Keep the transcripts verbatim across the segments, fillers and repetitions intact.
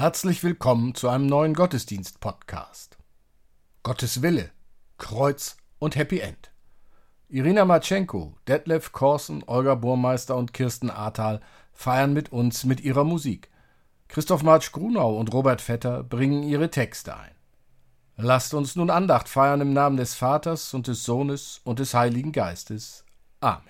Herzlich willkommen zu einem neuen Gottesdienst-Podcast. Gottes Wille, Kreuz und Happy End. Irina Matschenko, Detlef Korsen, Olga Burmeister und Kirsten Ahrtal feiern mit uns mit ihrer Musik. Christoph Marsch-Grunau und Robert Vetter bringen ihre Texte ein. Lasst uns nun Andacht feiern im Namen des Vaters und des Sohnes und des Heiligen Geistes. Amen.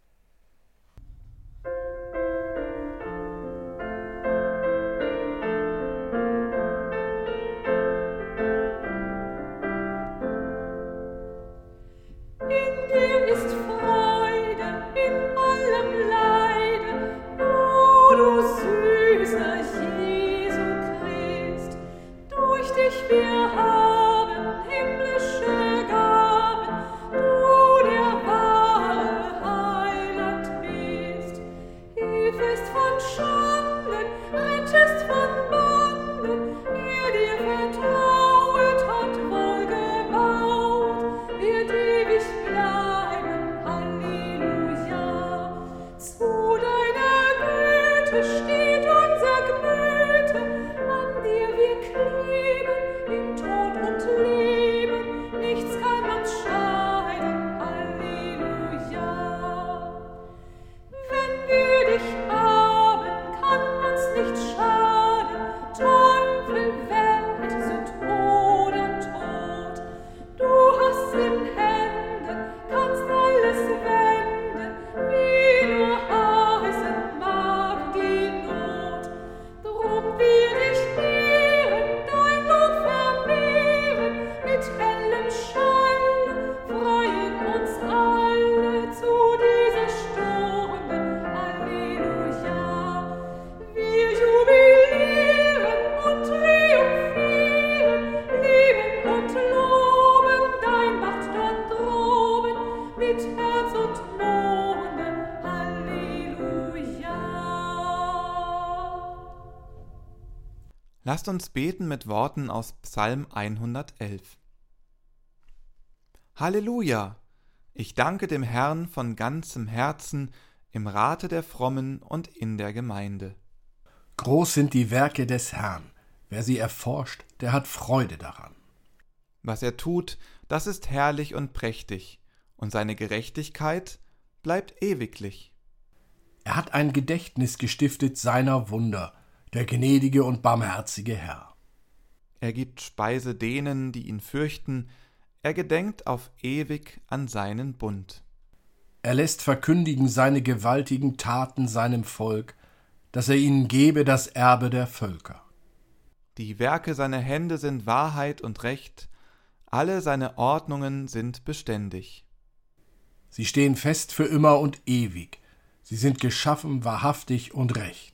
Lasst uns beten mit Worten aus Psalm hundertelf. Halleluja! Ich danke dem Herrn von ganzem Herzen, im Rate der Frommen und in der Gemeinde. Groß sind die Werke des Herrn. Wer sie erforscht, der hat Freude daran. Was er tut, das ist herrlich und prächtig, und seine Gerechtigkeit bleibt ewiglich. Er hat ein Gedächtnis gestiftet seiner Wunder, der gnädige und barmherzige Herr. Er gibt Speise denen, die ihn fürchten, er gedenkt auf ewig an seinen Bund. Er lässt verkündigen seine gewaltigen Taten seinem Volk, dass er ihnen gebe das Erbe der Völker. Die Werke seiner Hände sind Wahrheit und Recht, alle seine Ordnungen sind beständig. Sie stehen fest für immer und ewig, sie sind geschaffen wahrhaftig und recht.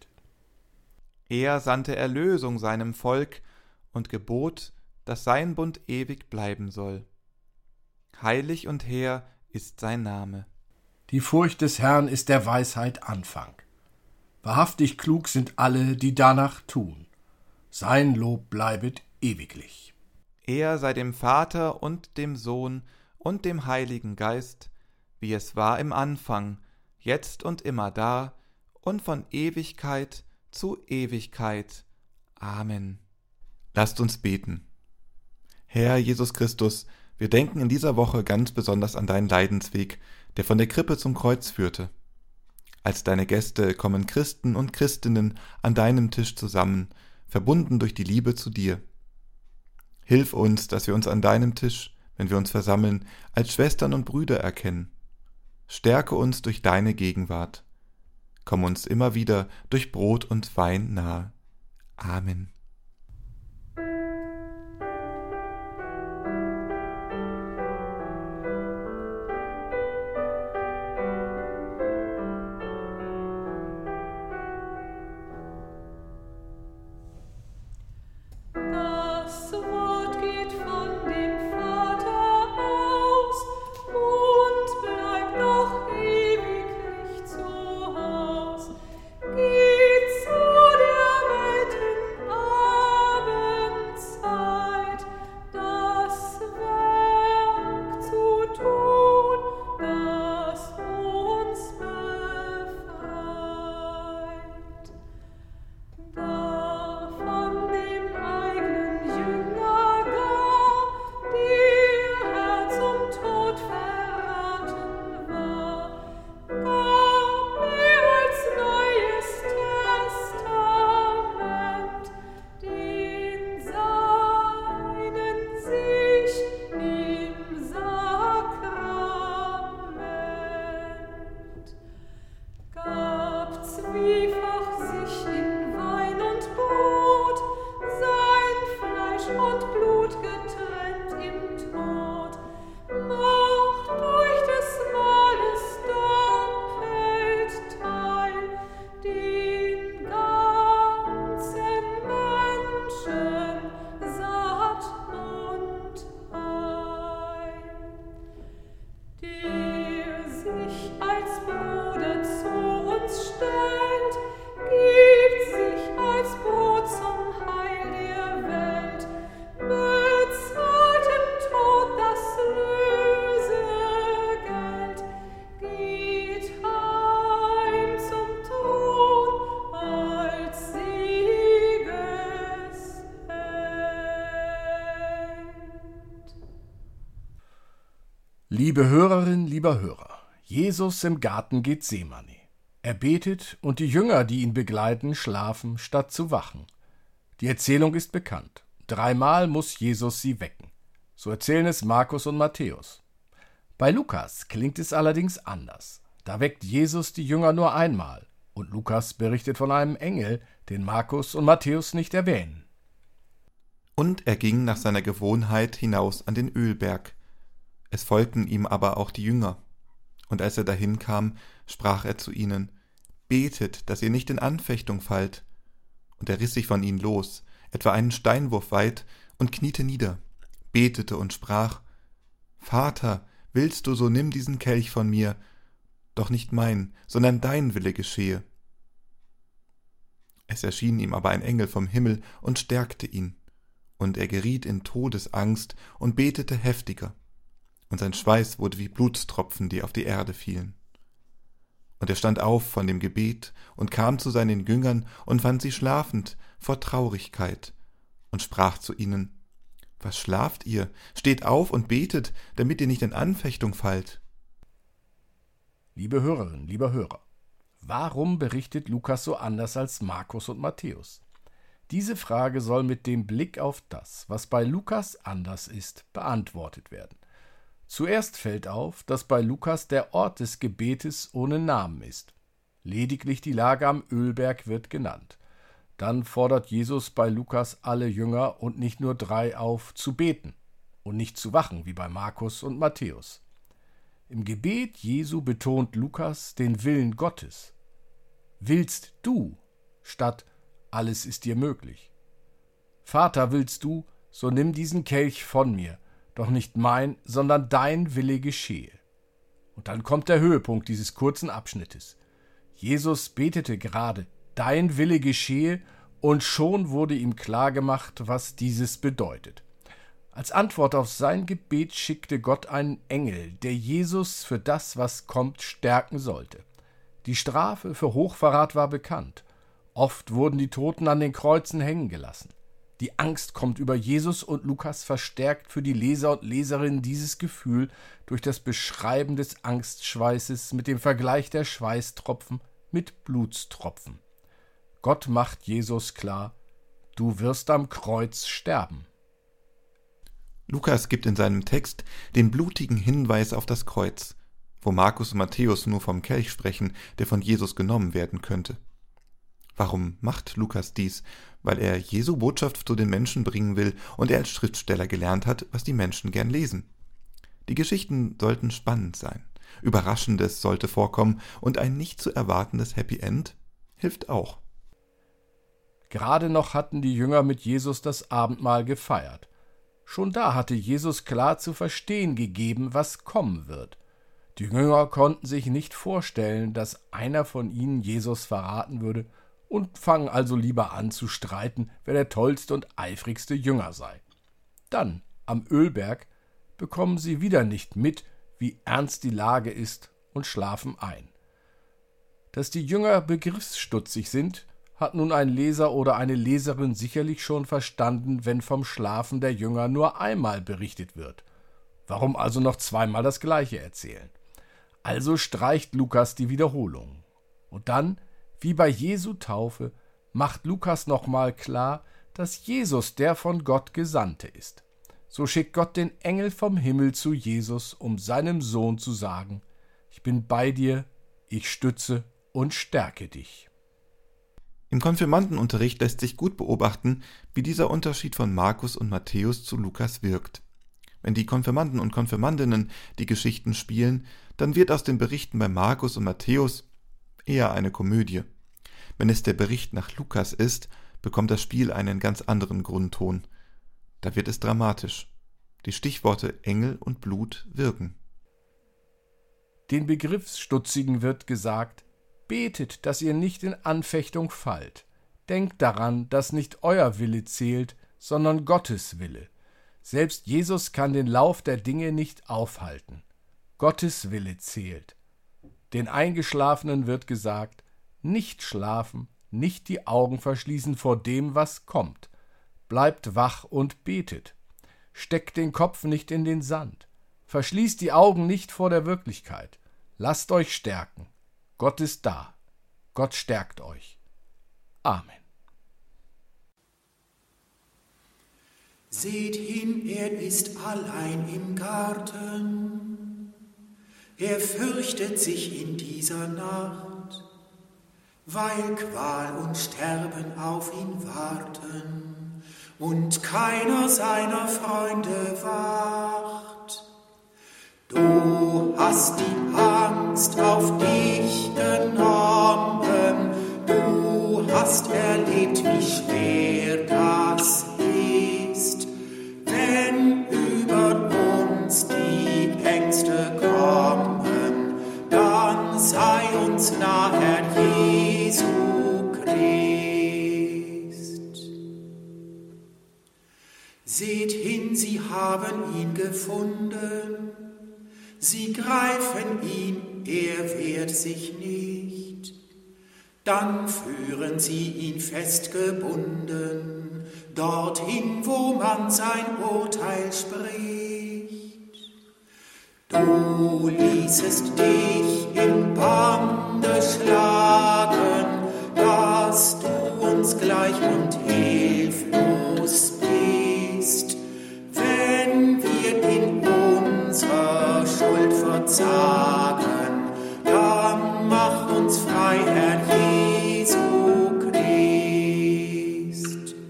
Er sandte Erlösung seinem Volk und gebot, dass sein Bund ewig bleiben soll. Heilig und hehr ist sein Name. Die Furcht des Herrn ist der Weisheit Anfang. Wahrhaftig klug sind alle, die danach tun. Sein Lob bleibet ewiglich. Er sei dem Vater und dem Sohn und dem Heiligen Geist, wie es war im Anfang, jetzt und immer da und von Ewigkeit zu Ewigkeit. Amen. Lasst uns beten. Herr Jesus Christus, wir denken in dieser Woche ganz besonders an deinen Leidensweg, der von der Krippe zum Kreuz führte. Als deine Gäste kommen Christen und Christinnen an deinem Tisch zusammen, verbunden durch die Liebe zu dir. Hilf uns, dass wir uns an deinem Tisch, wenn wir uns versammeln, als Schwestern und Brüder erkennen. Stärke uns durch deine Gegenwart. Komm uns immer wieder durch Brot und Wein nahe. Amen. Geht zu der Welt in Liebe Hörerin, lieber Hörer, Jesus im Garten Gethsemane. Er betet und die Jünger, die ihn begleiten, schlafen, statt zu wachen. Die Erzählung ist bekannt. Dreimal muss Jesus sie wecken. So erzählen es Markus und Matthäus. Bei Lukas klingt es allerdings anders. Da weckt Jesus die Jünger nur einmal und Lukas berichtet von einem Engel, den Markus und Matthäus nicht erwähnen. Und er ging nach seiner Gewohnheit hinaus an den Ölberg. Es folgten ihm aber auch die Jünger. Und als er dahin kam, sprach er zu ihnen: Betet, dass ihr nicht in Anfechtung fallt. Und er riss sich von ihnen los, etwa einen Steinwurf weit, und kniete nieder, betete und sprach: Vater, willst du, so nimm diesen Kelch von mir, doch nicht mein, sondern dein Wille geschehe. Es erschien ihm aber ein Engel vom Himmel und stärkte ihn, und er geriet in Todesangst und betete heftiger, und sein Schweiß wurde wie Blutstropfen, die auf die Erde fielen. Und er stand auf von dem Gebet und kam zu seinen Jüngern und fand sie schlafend vor Traurigkeit und sprach zu ihnen: Was schlaft ihr? Steht auf und betet, damit ihr nicht in Anfechtung fallt. Liebe Hörerinnen, lieber Hörer, warum berichtet Lukas so anders als Markus und Matthäus? Diese Frage soll mit dem Blick auf das, was bei Lukas anders ist, beantwortet werden. Zuerst fällt auf, dass bei Lukas der Ort des Gebetes ohne Namen ist. Lediglich die Lage am Ölberg wird genannt. Dann fordert Jesus bei Lukas alle Jünger und nicht nur drei auf, zu beten und nicht zu wachen, wie bei Markus und Matthäus. Im Gebet Jesu betont Lukas den Willen Gottes. Willst du, statt alles ist dir möglich. Vater, willst du, so nimm diesen Kelch von mir, doch nicht mein, sondern dein Wille geschehe. Und dann kommt der Höhepunkt dieses kurzen Abschnittes. Jesus betete gerade: Dein Wille geschehe, und schon wurde ihm klargemacht, was dieses bedeutet. Als Antwort auf sein Gebet schickte Gott einen Engel, der Jesus für das, was kommt, stärken sollte. Die Strafe für Hochverrat war bekannt. Oft wurden die Toten an den Kreuzen hängen gelassen. Die Angst kommt über Jesus und Lukas verstärkt für die Leser und Leserinnen dieses Gefühl durch das Beschreiben des Angstschweißes mit dem Vergleich der Schweißtropfen mit Blutstropfen. Gott macht Jesus klar: Du wirst am Kreuz sterben. Lukas gibt in seinem Text den blutigen Hinweis auf das Kreuz, wo Markus und Matthäus nur vom Kelch sprechen, der von Jesus genommen werden könnte. Warum macht Lukas dies? Weil er Jesu Botschaft zu den Menschen bringen will und er als Schriftsteller gelernt hat, was die Menschen gern lesen. Die Geschichten sollten spannend sein, Überraschendes sollte vorkommen und ein nicht zu erwartendes Happy End hilft auch. Gerade noch hatten die Jünger mit Jesus das Abendmahl gefeiert. Schon da hatte Jesus klar zu verstehen gegeben, was kommen wird. Die Jünger konnten sich nicht vorstellen, dass einer von ihnen Jesus verraten würde, und fangen also lieber an zu streiten, wer der tollste und eifrigste Jünger sei. Dann, am Ölberg, bekommen sie wieder nicht mit, wie ernst die Lage ist, und schlafen ein. Dass die Jünger begriffsstutzig sind, hat nun ein Leser oder eine Leserin sicherlich schon verstanden, wenn vom Schlafen der Jünger nur einmal berichtet wird. Warum also noch zweimal das Gleiche erzählen? Also streicht Lukas die Wiederholung. Und dann, wie bei Jesu Taufe, macht Lukas nochmal klar, dass Jesus der von Gott Gesandte ist. So schickt Gott den Engel vom Himmel zu Jesus, um seinem Sohn zu sagen: Ich bin bei dir, ich stütze und stärke dich. Im Konfirmandenunterricht lässt sich gut beobachten, wie dieser Unterschied von Markus und Matthäus zu Lukas wirkt. Wenn die Konfirmanden und Konfirmandinnen die Geschichten spielen, dann wird aus den Berichten bei Markus und Matthäus eher eine Komödie. Wenn es der Bericht nach Lukas ist, bekommt das Spiel einen ganz anderen Grundton. Da wird es dramatisch. Die Stichworte Engel und Blut wirken. Den Begriffsstutzigen wird gesagt: Betet, dass ihr nicht in Anfechtung fallt. Denkt daran, dass nicht euer Wille zählt, sondern Gottes Wille. Selbst Jesus kann den Lauf der Dinge nicht aufhalten. Gottes Wille zählt. Den Eingeschlafenen wird gesagt: Nicht schlafen, nicht die Augen verschließen vor dem, was kommt. Bleibt wach und betet. Steckt den Kopf nicht in den Sand. Verschließt die Augen nicht vor der Wirklichkeit. Lasst euch stärken. Gott ist da. Gott stärkt euch. Amen. Seht hin, er ist allein im Garten. Er fürchtet sich in dieser Nacht, weil Qual und Sterben auf ihn warten und keiner seiner Freunde wacht. Du hast die Angst auf dich genommen, du hast erlebt, wie schwer das ist, wenn über uns die Ängste kommen, dann sei uns nah, Herr Jesu Christ. Seht hin, sie haben ihn gefunden, sie greifen ihn, er wehrt sich nicht. Dann führen sie ihn festgebunden, dorthin, wo man sein Urteil spricht. Du ließest dich im Bande schlagen, dass du uns gleich und hilflos bist, wenn wir in unserer Schuld verzagen, dann mach uns frei, Herr Jesu Christ.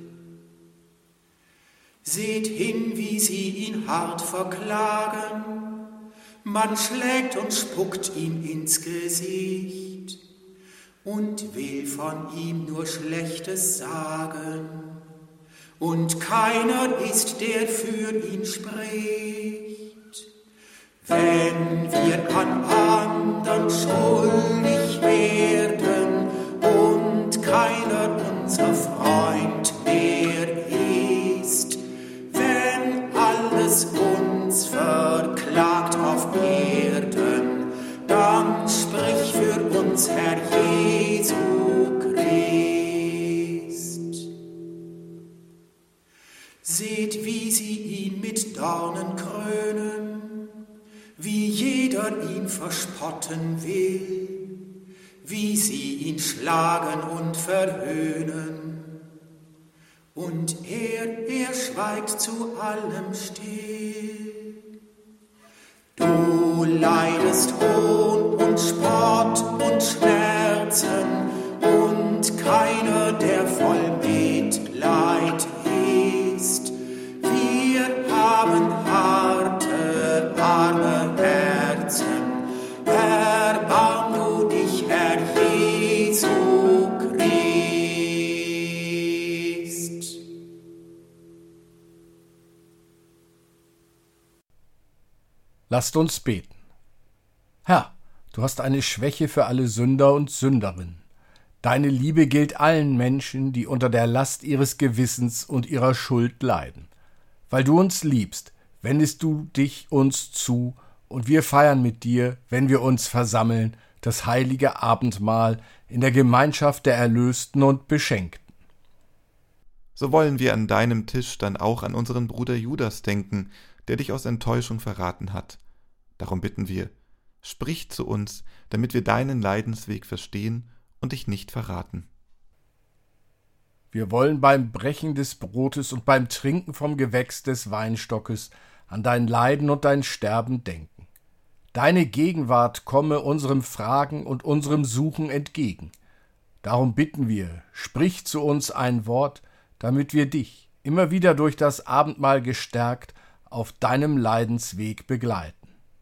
Seht hin, wie sie ihn hart verklagen, man schlägt und spuckt ihm ins Gesicht und will von ihm nur Schlechtes sagen. Und keiner ist, der für ihn spricht. Wenn wir an anderen schuldig werden und keiner unser Freund mehr ist, wenn alles uns verklagt auf Erden, dann sprich für uns, Herr Jesu Christ. Seht, wie sie ihn mit Dornen krönen, wie jeder ihn verspotten will, wie sie ihn schlagen und verhöhnen. Und er, er schweigt zu allem still. Du leidest Hohn und Spott und Schmerzen und keiner, der voll Mitleid ist. Wir haben harte, arme Herzen. Erbarm du dich, Herr Jesu Christ. Lasst uns beten. Herr, du hast eine Schwäche für alle Sünder und Sünderinnen. Deine Liebe gilt allen Menschen, die unter der Last ihres Gewissens und ihrer Schuld leiden. Weil du uns liebst, wendest du dich uns zu, und wir feiern mit dir, wenn wir uns versammeln, das heilige Abendmahl in der Gemeinschaft der Erlösten und Beschenkten. So wollen wir an deinem Tisch dann auch an unseren Bruder Judas denken, der dich aus Enttäuschung verraten hat. Darum bitten wir, sprich zu uns, damit wir deinen Leidensweg verstehen und dich nicht verraten. Wir wollen beim Brechen des Brotes und beim Trinken vom Gewächs des Weinstockes an dein Leiden und dein Sterben denken. Deine Gegenwart komme unserem Fragen und unserem Suchen entgegen. Darum bitten wir, sprich zu uns ein Wort, damit wir dich immer wieder durch das Abendmahl gestärkt auf deinem Leidensweg begleiten.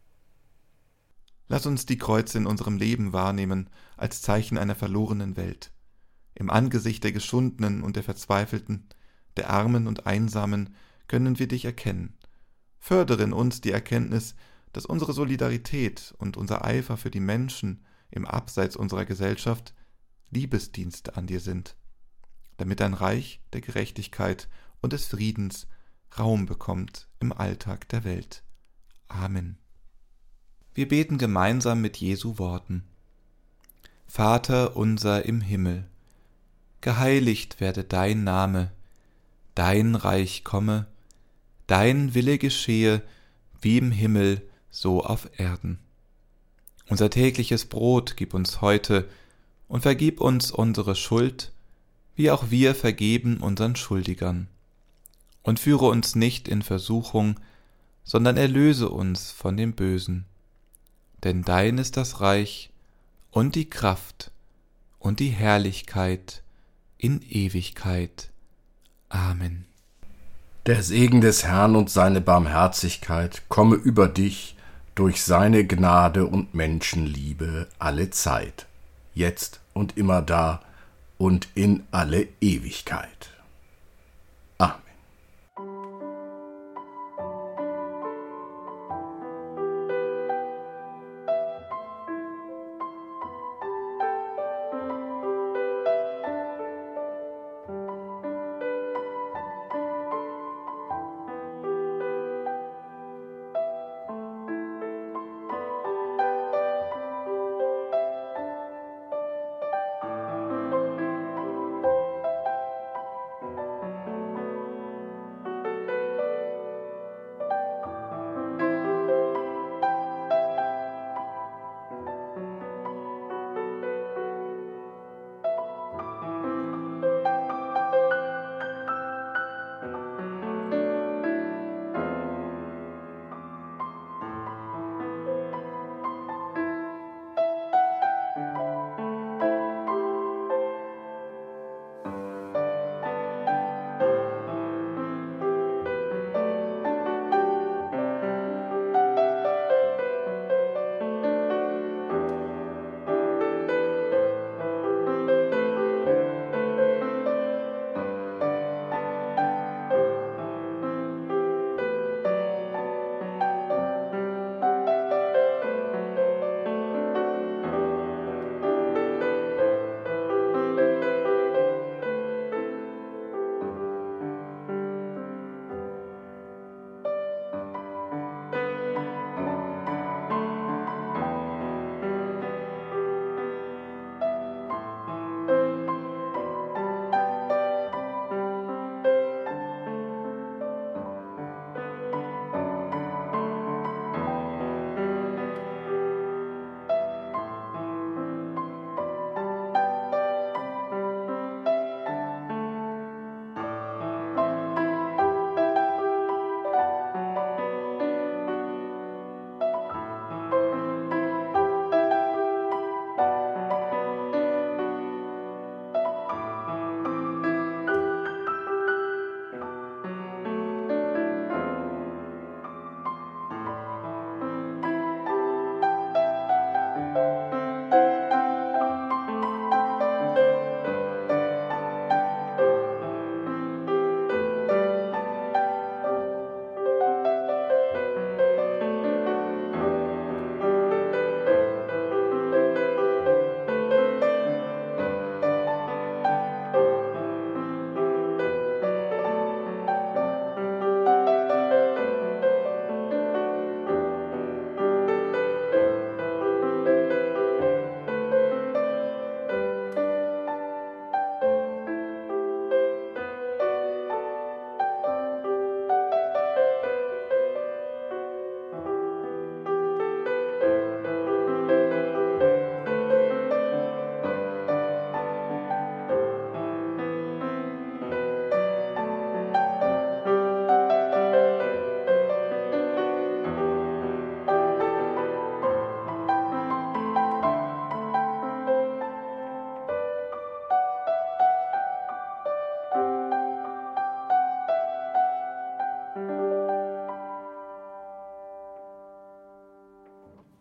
Lass uns die Kreuze in unserem Leben wahrnehmen als Zeichen einer verlorenen Welt. Im Angesicht der Geschundenen und der Verzweifelten, der Armen und Einsamen können wir dich erkennen. Fördere in uns die Erkenntnis, dass unsere Solidarität und unser Eifer für die Menschen im Abseits unserer Gesellschaft Liebesdienste an dir sind, damit dein Reich der Gerechtigkeit und des Friedens Raum bekommt im Alltag der Welt. Amen. Wir beten gemeinsam mit Jesu Worten. Vater unser im Himmel, geheiligt werde dein Name, dein Reich komme, dein Wille geschehe, wie im Himmel, so auf Erden. Unser tägliches Brot gib uns heute und vergib uns unsere Schuld, wie auch wir vergeben unseren Schuldigern. Und führe uns nicht in Versuchung, sondern erlöse uns von dem Bösen. Denn dein ist das Reich und die Kraft und die Herrlichkeit in Ewigkeit. Amen. Der Segen des Herrn und seine Barmherzigkeit komme über dich durch seine Gnade und Menschenliebe alle Zeit, jetzt und immer da und in alle Ewigkeit.